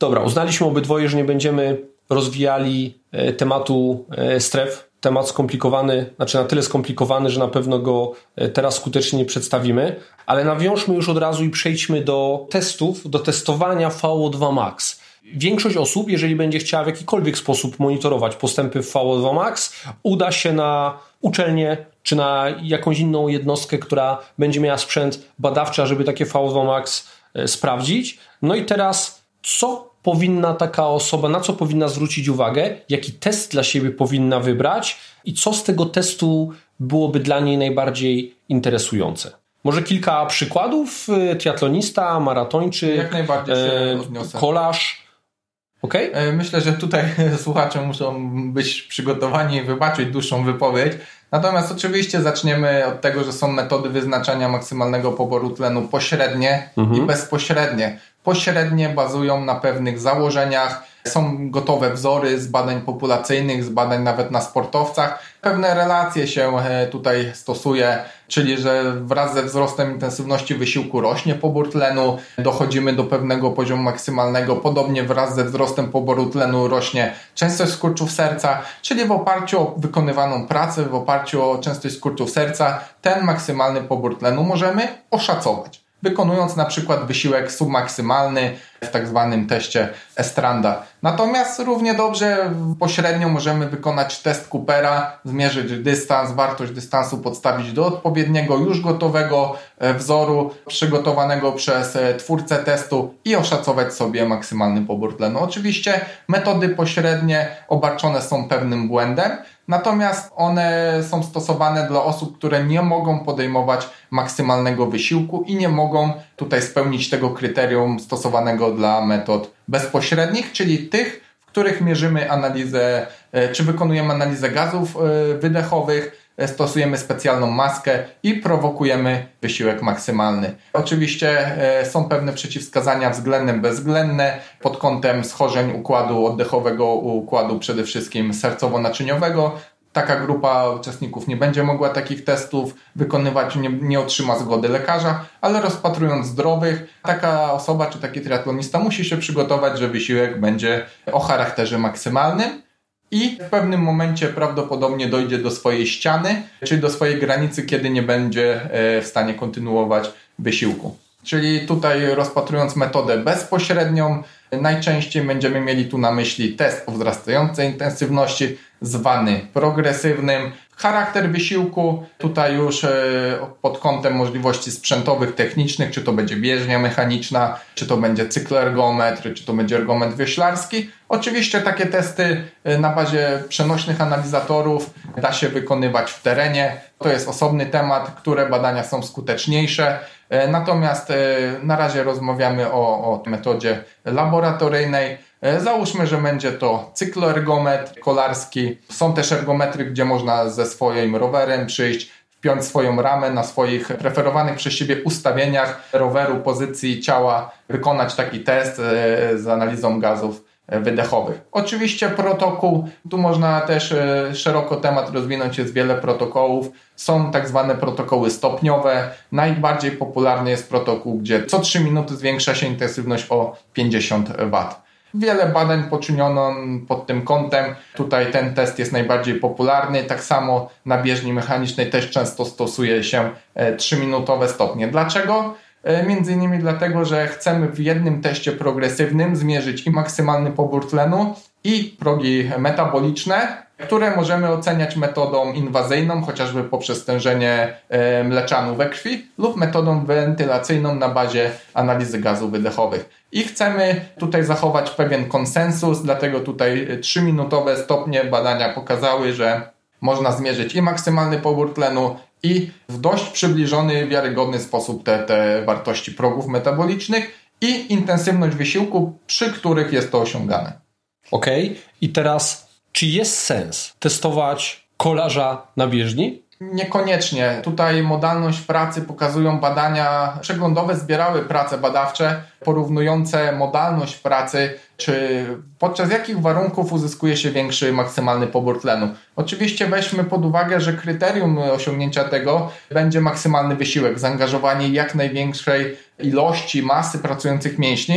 Dobra, uznaliśmy obydwoje, że nie będziemy rozwijali tematu stref. Temat skomplikowany, znaczy na tyle skomplikowany, że na pewno go teraz skutecznie nie przedstawimy, ale nawiążmy już od razu i przejdźmy do testów, do testowania V O dwa Max. Większość osób, jeżeli będzie chciała w jakikolwiek sposób monitorować postępy w V O dwa Max, uda się na uczelnię czy na jakąś inną jednostkę, która będzie miała sprzęt badawczy, żeby takie V O dwa Max sprawdzić. No i teraz co powinna taka osoba, na co powinna zwrócić uwagę, jaki test dla siebie powinna wybrać i co z tego testu byłoby dla niej najbardziej interesujące? Może kilka przykładów? Triatlonista, maratończyk, Jak najbardziej się odniosę. Kolarz. Okay? Myślę, że tutaj słuchacze muszą być przygotowani i wybaczyć dłuższą wypowiedź. Natomiast oczywiście zaczniemy od tego, że są metody wyznaczania maksymalnego poboru tlenu pośrednie mhm. i bezpośrednie. Pośrednie bazują na pewnych założeniach, są gotowe wzory z badań populacyjnych, z badań nawet na sportowcach. Pewne relacje się tutaj stosuje, czyli że wraz ze wzrostem intensywności wysiłku rośnie pobór tlenu, dochodzimy do pewnego poziomu maksymalnego. Podobnie wraz ze wzrostem poboru tlenu rośnie częstość skurczów serca, czyli w oparciu o wykonywaną pracę, w oparciu o częstość skurczów serca, ten maksymalny pobór tlenu możemy oszacować, wykonując na przykład wysiłek submaksymalny w tak zwanym teście Estranda. Natomiast równie dobrze pośrednio możemy wykonać test Coopera, zmierzyć dystans, wartość dystansu podstawić do odpowiedniego, już gotowego wzoru przygotowanego przez twórcę testu i oszacować sobie maksymalny pobór tlenu. Oczywiście metody pośrednie obarczone są pewnym błędem, natomiast one są stosowane dla osób, które nie mogą podejmować maksymalnego wysiłku i nie mogą tutaj spełnić tego kryterium stosowanego dla metod bezpośrednich, czyli tych, w których mierzymy analizę, czy wykonujemy analizę gazów wydechowych, stosujemy specjalną maskę i prowokujemy wysiłek maksymalny. Oczywiście są pewne przeciwwskazania względne, bezwzględne pod kątem schorzeń układu oddechowego, układu przede wszystkim sercowo-naczyniowego. Taka grupa uczestników nie będzie mogła takich testów wykonywać, nie, nie otrzyma zgody lekarza, ale rozpatrując zdrowych, taka osoba czy taki triatlonista musi się przygotować, że wysiłek będzie o charakterze maksymalnym i w pewnym momencie prawdopodobnie dojdzie do swojej ściany, czyli do swojej granicy, kiedy nie będzie w stanie kontynuować wysiłku. Czyli tutaj rozpatrując metodę bezpośrednią, najczęściej będziemy mieli tu na myśli test o wzrastającej intensywności, zwany progresywnym. Charakter wysiłku tutaj już pod kątem możliwości sprzętowych, technicznych, czy to będzie bieżnia mechaniczna, czy to będzie cykloergometr, czy to będzie ergometr wioślarski. Oczywiście takie testy na bazie przenośnych analizatorów da się wykonywać w terenie. To jest osobny temat, które badania są skuteczniejsze. Natomiast na razie rozmawiamy o, o metodzie laboratoryjnej. Załóżmy, że będzie to cykloergometr kolarski. Są też ergometry, gdzie można ze swoim rowerem przyjść, wpiąć swoją ramę na swoich preferowanych przez siebie ustawieniach roweru, pozycji ciała, wykonać taki test z analizą gazów wydechowych. Oczywiście protokół, tu można też szeroko temat rozwinąć, jest wiele protokołów. Są tak zwane protokoły stopniowe. Najbardziej popularny jest protokół, gdzie co trzy minuty zwiększa się intensywność o pięćdziesiąt watów. Wiele badań poczyniono pod tym kątem. Tutaj ten test jest najbardziej popularny. Tak samo na bieżni mechanicznej też często stosuje się trzyminutowe stopnie. Dlaczego? Między innymi dlatego, że chcemy w jednym teście progresywnym zmierzyć i maksymalny pobór tlenu, i progi metaboliczne, które możemy oceniać metodą inwazyjną, chociażby poprzez stężenie mleczanu we krwi, lub metodą wentylacyjną na bazie analizy gazów wydechowych. I chcemy tutaj zachować pewien konsensus, dlatego tutaj trzyminutowe stopnie badania pokazały, że można zmierzyć i maksymalny pobór tlenu, i w dość przybliżony, wiarygodny sposób te, te wartości progów metabolicznych i intensywność wysiłku, przy których jest to osiągane. Okej, okay. I teraz czy jest sens testować kolarza na bieżni? Niekoniecznie. Tutaj modalność pracy pokazują badania przeglądowe, zbierały prace badawcze porównujące modalność pracy, czy podczas jakich warunków uzyskuje się większy maksymalny pobór tlenu. Oczywiście weźmy pod uwagę, że kryterium osiągnięcia tego będzie maksymalny wysiłek, zaangażowanie jak największej ilości masy pracujących mięśni.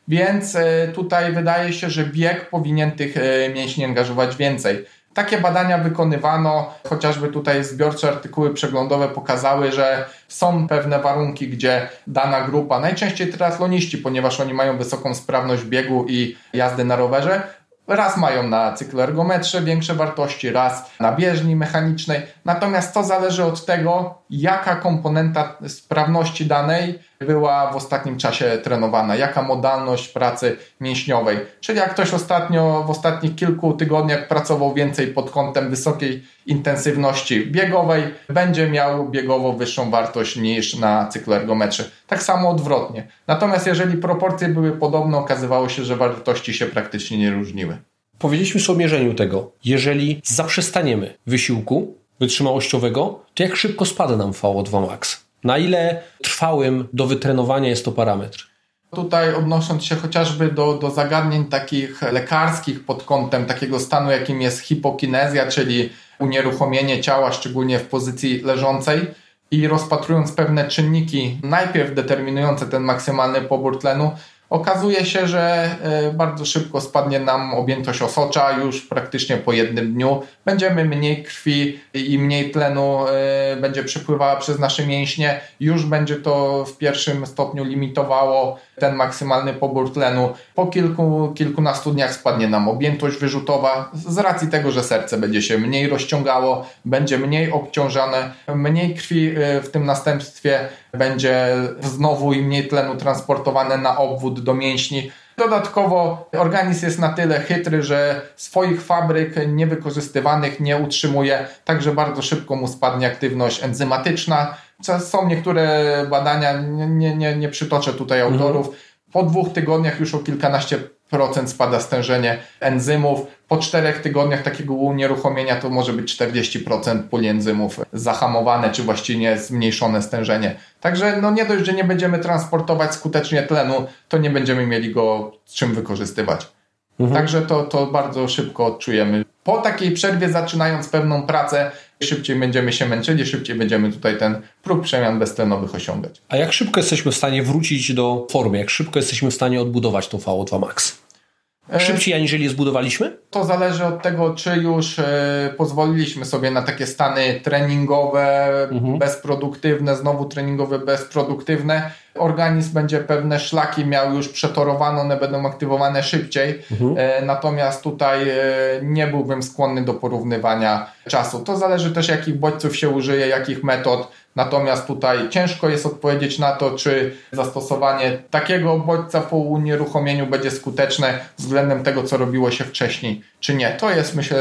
Więc tutaj wydaje się, że bieg powinien tych mięśni angażować więcej. Takie badania wykonywano, chociażby tutaj zbiorcze artykuły przeglądowe pokazały, że są pewne warunki, gdzie dana grupa, najczęściej triatloniści, ponieważ oni mają wysoką sprawność biegu i jazdy na rowerze, raz mają na cykloergometrze większe wartości, raz na bieżni mechanicznej. Natomiast to zależy od tego, jaka komponenta sprawności danej była w ostatnim czasie trenowana, jaka modalność pracy mięśniowej. Czyli jak ktoś ostatnio, w ostatnich kilku tygodniach pracował więcej pod kątem wysokiej intensywności biegowej, będzie miał biegowo wyższą wartość niż na cykloergometrze. Tak samo odwrotnie. Natomiast jeżeli proporcje były podobne, okazywało się, że wartości się praktycznie nie różniły. Powiedzieliśmy sobie o mierzeniu tego. Jeżeli zaprzestaniemy wysiłku wytrzymałościowego, to jak szybko spada nam V O dwa max? Na ile trwałym do wytrenowania jest to parametr? Tutaj odnosząc się chociażby do, do zagadnień takich lekarskich pod kątem takiego stanu, jakim jest hipokinezja, czyli unieruchomienie ciała, szczególnie w pozycji leżącej, i rozpatrując pewne czynniki najpierw determinujące ten maksymalny pobór tlenu, okazuje się, że bardzo szybko spadnie nam objętość osocza już praktycznie po jednym dniu. Będziemy mniej krwi i mniej tlenu będzie przepływała przez nasze mięśnie. Już będzie to w pierwszym stopniu limitowało ten maksymalny pobór tlenu. Po kilku, kilkunastu dniach spadnie nam objętość wyrzutowa z racji tego, że serce będzie się mniej rozciągało, będzie mniej obciążane, mniej krwi w tym następstwie będzie znowu i mniej tlenu transportowane na obwód do mięśni. Dodatkowo organizm jest na tyle chytry, że swoich fabryk niewykorzystywanych nie utrzymuje, także bardzo szybko mu spadnie aktywność enzymatyczna. Są niektóre badania, nie, nie, nie przytoczę tutaj autorów, po dwóch tygodniach już o kilkanaście procent spada stężenie enzymów. Po czterech tygodniach takiego unieruchomienia to może być czterdzieści procent puli enzymów zahamowane, czy właściwie zmniejszone stężenie. Także no nie dość, że nie będziemy transportować skutecznie tlenu, to nie będziemy mieli go z czym wykorzystywać. Mhm. Także to, to bardzo szybko odczujemy. Po takiej przerwie, zaczynając pewną pracę, szybciej będziemy się męczyli, szybciej będziemy tutaj ten próg przemian beztlenowych osiągać. A jak szybko jesteśmy w stanie wrócić do formy? Jak szybko jesteśmy w stanie odbudować tą V O dwa max? Szybciej aniżeli je zbudowaliśmy? To zależy od tego, czy już e, pozwoliliśmy sobie na takie stany treningowe, mhm. bezproduktywne, znowu treningowe, bezproduktywne. Organizm będzie pewne szlaki miał już przetorowane, one będą aktywowane szybciej. Mhm. E, natomiast tutaj e, nie byłbym skłonny do porównywania czasu. To zależy też, jakich bodźców się użyje, jakich metod. Natomiast tutaj ciężko jest odpowiedzieć na to, czy zastosowanie takiego bodźca po unieruchomieniu będzie skuteczne względem tego, co robiło się wcześniej, czy nie. To jest, myślę,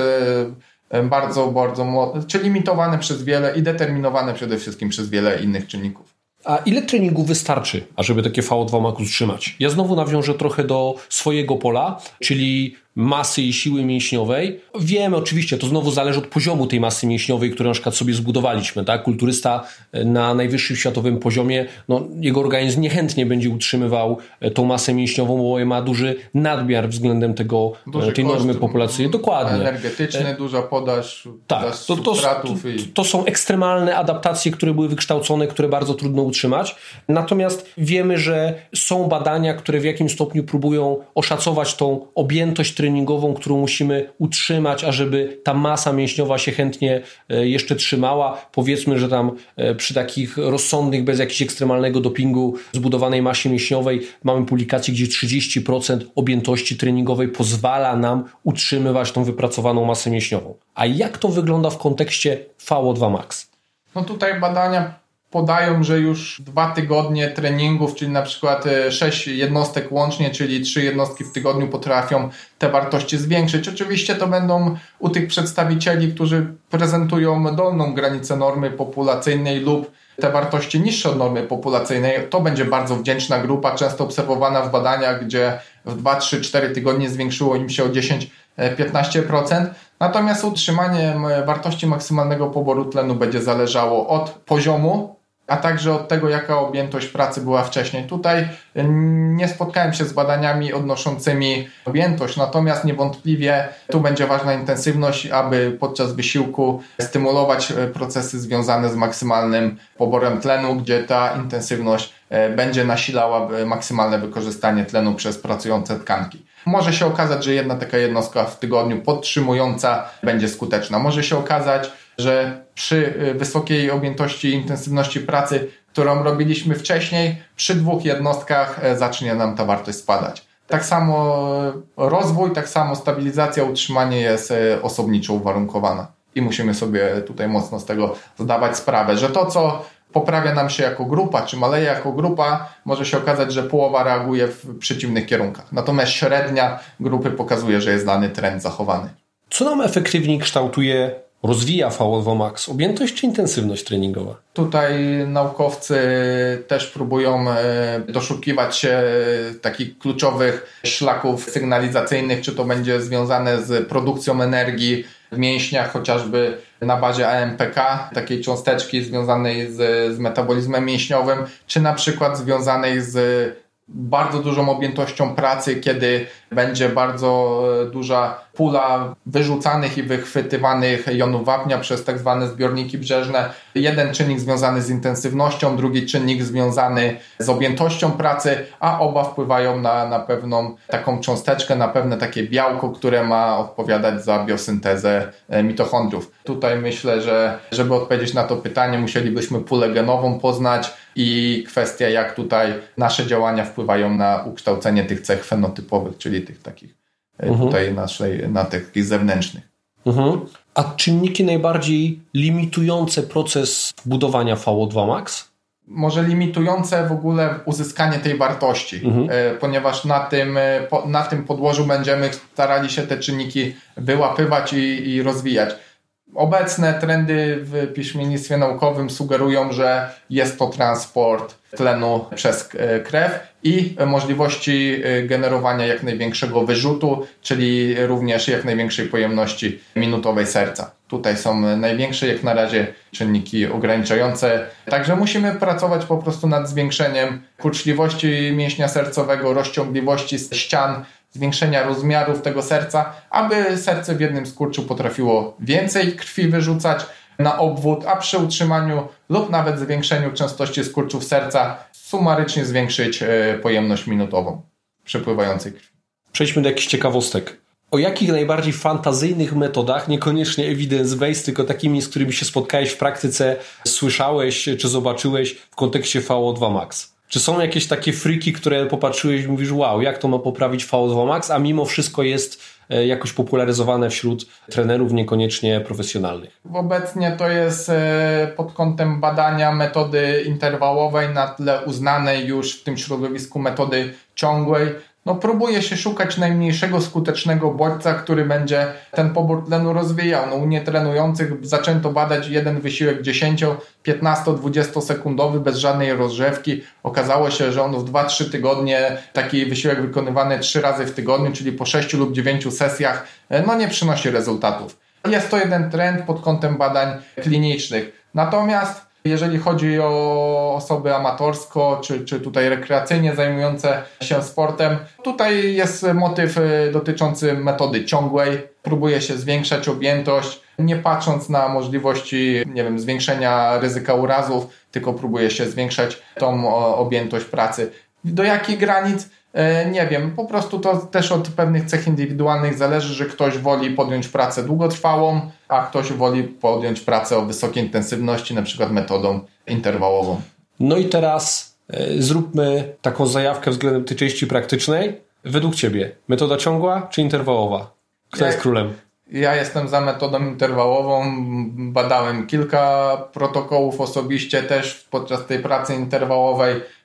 bardzo, bardzo, czy limitowane przez wiele i determinowane przede wszystkim przez wiele innych czynników. A ile treningu wystarczy, ażeby takie V O dwa max utrzymać? Ja znowu nawiążę trochę do swojego pola, czyli masy i siły mięśniowej. Wiemy oczywiście, to znowu zależy od poziomu tej masy mięśniowej, którą na przykład sobie zbudowaliśmy. Tak? Kulturysta na najwyższym światowym poziomie, no, jego organizm niechętnie będzie utrzymywał tą masę mięśniową, bo ma duży nadmiar względem tego, duży tej normy populacyjnej. Dokładnie. Energetyczny, duża podaż, tak, podaż to, to, substratów. To, i... to są ekstremalne adaptacje, które były wykształcone, które bardzo trudno utrzymać. Natomiast wiemy, że są badania, które w jakimś stopniu próbują oszacować tą objętość treningową, którą musimy utrzymać, ażeby ta masa mięśniowa się chętnie jeszcze trzymała. Powiedzmy, że tam przy takich rozsądnych, bez jakiegoś ekstremalnego dopingu zbudowanej masie mięśniowej mamy publikacje, gdzie trzydzieści procent objętości treningowej pozwala nam utrzymywać tą wypracowaną masę mięśniową. A jak to wygląda w kontekście V O dwa max? No tutaj badania podają, że już dwa tygodnie treningów, czyli na przykład sześć jednostek łącznie, czyli trzy jednostki w tygodniu potrafią te wartości zwiększyć. Oczywiście to będą u tych przedstawicieli, którzy prezentują dolną granicę normy populacyjnej lub te wartości niższe od normy populacyjnej. To będzie bardzo wdzięczna grupa, często obserwowana w badaniach, gdzie w dwa, trzy, cztery tygodnie zwiększyło im się o dziesięć do piętnastu procent. Natomiast utrzymanie wartości maksymalnego poboru tlenu będzie zależało od poziomu a także od tego, jaka objętość pracy była wcześniej. Tutaj nie spotkałem się z badaniami odnoszącymi objętość, natomiast niewątpliwie tu będzie ważna intensywność, aby podczas wysiłku stymulować procesy związane z maksymalnym poborem tlenu, gdzie ta intensywność będzie nasilała maksymalne wykorzystanie tlenu przez pracujące tkanki. Może się okazać, że jedna taka jednostka w tygodniu podtrzymująca będzie skuteczna. Może się okazać, że przy wysokiej objętości i intensywności pracy, którą robiliśmy wcześniej, przy dwóch jednostkach zacznie nam ta wartość spadać. Tak samo rozwój, tak samo stabilizacja, utrzymanie jest osobniczo uwarunkowana. I musimy sobie tutaj mocno z tego zdawać sprawę, że to, co poprawia nam się jako grupa, czy maleje jako grupa, może się okazać, że połowa reaguje w przeciwnych kierunkach. Natomiast średnia grupy pokazuje, że jest dany trend zachowany. Co nam efektywniej kształtuje, rozwija V O dwa max? Objętość czy intensywność treningowa? Tutaj naukowcy też próbują doszukiwać się takich kluczowych szlaków sygnalizacyjnych, czy to będzie związane z produkcją energii w mięśniach, chociażby na bazie A M P K, takiej cząsteczki związanej z, z metabolizmem mięśniowym, czy na przykład związanej z bardzo dużą objętością pracy, kiedy będzie bardzo duża pula wyrzucanych i wychwytywanych jonów wapnia przez tak zwane zbiorniki brzeżne. Jeden czynnik związany z intensywnością, drugi czynnik związany z objętością pracy, a oba wpływają na, na pewną taką cząsteczkę, na pewne takie białko, które ma odpowiadać za biosyntezę mitochondriów. Tutaj myślę, że żeby odpowiedzieć na to pytanie, musielibyśmy pulę genową poznać i kwestia, jak tutaj nasze działania wpływają na ukształcenie tych cech fenotypowych, czyli tych takich mhm. tutaj naszej, na tych zewnętrznych. Mhm. A czynniki najbardziej limitujące proces budowania V O dwa max? Może limitujące w ogóle uzyskanie tej wartości, mhm. ponieważ na tym, na tym podłożu będziemy starali się te czynniki wyłapywać i, i rozwijać. Obecne trendy w piśmiennictwie naukowym sugerują, że jest to transport tlenu przez krew i możliwości generowania jak największego wyrzutu, czyli również jak największej pojemności minutowej serca. Tutaj są największe jak na razie czynniki ograniczające. Także musimy pracować po prostu nad zwiększeniem kurczliwości mięśnia sercowego, rozciągliwości ścian, zwiększenia rozmiarów tego serca, aby serce w jednym skurczu potrafiło więcej krwi wyrzucać na obwód, a przy utrzymaniu lub nawet zwiększeniu częstości skurczów serca sumarycznie zwiększyć pojemność minutową przepływającej krwi. Przejdźmy do jakichś ciekawostek. O jakich najbardziej fantazyjnych metodach, niekoniecznie evidence-based, tylko takimi, z którymi się spotkałeś w praktyce, słyszałeś czy zobaczyłeś w kontekście V O dwa max? Czy są jakieś takie freaki, które popatrzyłeś i mówisz, wow, jak to ma poprawić V O dwa max, a mimo wszystko jest jakoś popularyzowane wśród trenerów niekoniecznie profesjonalnych? Obecnie to jest pod kątem badania metody interwałowej na tle uznanej już w tym środowisku metody ciągłej. No, próbuje się szukać najmniejszego skutecznego bodźca, który będzie ten pobór tlenu rozwijał. No, u nietrenujących zaczęto badać jeden wysiłek dziesięć, piętnaście, dwadzieścia sekundowy bez żadnej rozgrzewki. Okazało się, że on w dwa trzy tygodnie, taki wysiłek wykonywany trzy razy w tygodniu, czyli po sześciu lub dziewięciu sesjach, no nie przynosi rezultatów. Jest to jeden trend pod kątem badań klinicznych. Natomiast jeżeli chodzi o osoby amatorsko, czy, czy tutaj rekreacyjnie zajmujące się sportem, tutaj jest motyw dotyczący metody ciągłej. Próbuje się zwiększać objętość, nie patrząc na możliwości, nie wiem, zwiększenia ryzyka urazów, tylko próbuje się zwiększać tą objętość pracy. Do jakich granic? Nie wiem, po prostu to też od pewnych cech indywidualnych zależy, że ktoś woli podjąć pracę długotrwałą, a ktoś woli podjąć pracę o wysokiej intensywności, na przykład metodą interwałową. No i teraz y, zróbmy taką zajawkę względem tej części praktycznej. Według Ciebie metoda ciągła czy interwałowa? Kto ja, jest królem? Ja jestem za metodą interwałową. Badałem kilka protokołów osobiście też podczas tej pracy interwałowej.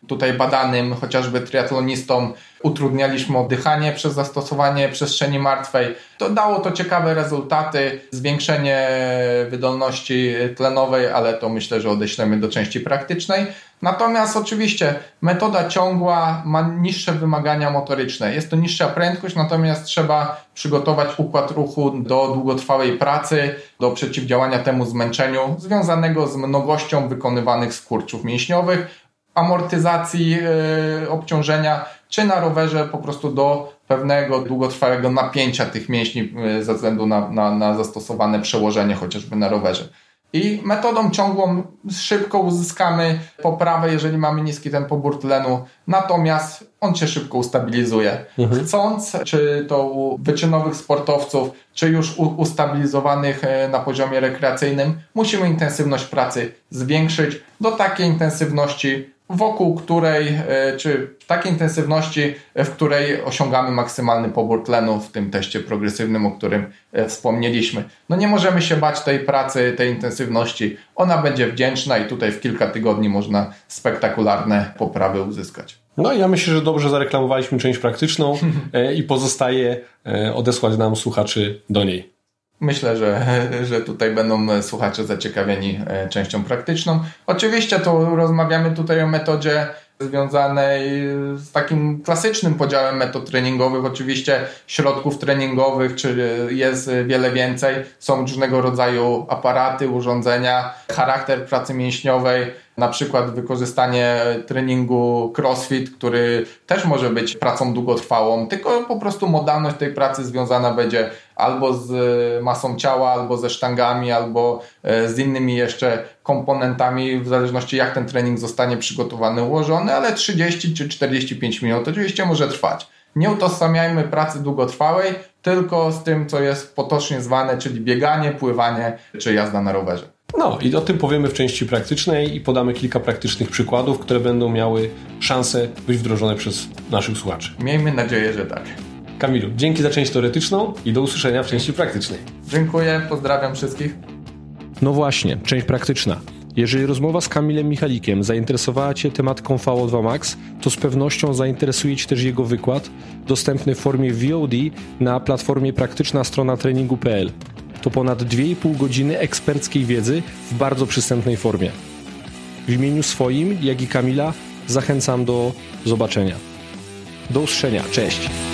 tutaj badanym, chociażby triatlonistom, utrudnialiśmy oddychanie przez zastosowanie przestrzeni martwej. To dało to ciekawe rezultaty, zwiększenie wydolności tlenowej, ale to myślę, że odeślemy do części praktycznej. Natomiast oczywiście metoda ciągła ma niższe wymagania motoryczne. Jest to niższa prędkość, natomiast trzeba przygotować układ ruchu do długotrwałej pracy, do przeciwdziałania temu zmęczeniu związanego z mnogością wykonywanych skurczów mięśniowych, amortyzacji yy, obciążenia, czy na rowerze po prostu do pewnego długotrwałego napięcia tych mięśni yy, ze względu na, na, na zastosowane przełożenie chociażby na rowerze. I metodą ciągłą szybko uzyskamy poprawę, jeżeli mamy niski ten pobór tlenu, natomiast on się szybko ustabilizuje. Mhm. Chcąc, czy to u wyczynowych sportowców, czy już u ustabilizowanych na poziomie rekreacyjnym, musimy intensywność pracy zwiększyć do takiej intensywności, wokół której, czy takiej intensywności, w której osiągamy maksymalny pobór tlenu w tym teście progresywnym, o którym wspomnieliśmy. No nie możemy się bać tej pracy, tej intensywności. Ona będzie wdzięczna i tutaj w kilka tygodni można spektakularne poprawy uzyskać. No i ja myślę, że dobrze zareklamowaliśmy część praktyczną i pozostaje odesłać nam słuchaczy do niej. Myślę, że, że tutaj będą słuchacze zaciekawieni częścią praktyczną. Oczywiście to rozmawiamy tutaj o metodzie związanej z takim klasycznym podziałem metod treningowych. Oczywiście środków treningowych, czy jest wiele więcej. Są różnego rodzaju aparaty, urządzenia, charakter pracy mięśniowej, na przykład wykorzystanie treningu crossfit, który też może być pracą długotrwałą, tylko po prostu modalność tej pracy związana będzie albo z masą ciała, albo ze sztangami, albo z innymi jeszcze komponentami, w zależności jak ten trening zostanie przygotowany, ułożony, ale trzydzieści czy czterdzieści pięć minut oczywiście może trwać. Nie utożsamiajmy pracy długotrwałej tylko z tym, co jest potocznie zwane, czyli bieganie, pływanie czy jazda na rowerze. No i o tym powiemy w części praktycznej i podamy kilka praktycznych przykładów, które będą miały szansę być wdrożone przez naszych słuchaczy. Miejmy nadzieję, że tak. Kamilu, dzięki za część teoretyczną i do usłyszenia w części praktycznej. Dziękuję, pozdrawiam wszystkich. No właśnie, część praktyczna. Jeżeli rozmowa z Kamilem Michalikiem zainteresowała Cię tematyką V O dwa Max, to z pewnością zainteresuje Cię też jego wykład, dostępny w formie V O D na platformie praktyczna strona treningu kropka p l. To ponad dwie i pół godziny eksperckiej wiedzy w bardzo przystępnej formie. W imieniu swoim, jak i Kamila, zachęcam do zobaczenia. Do usłyszenia, cześć!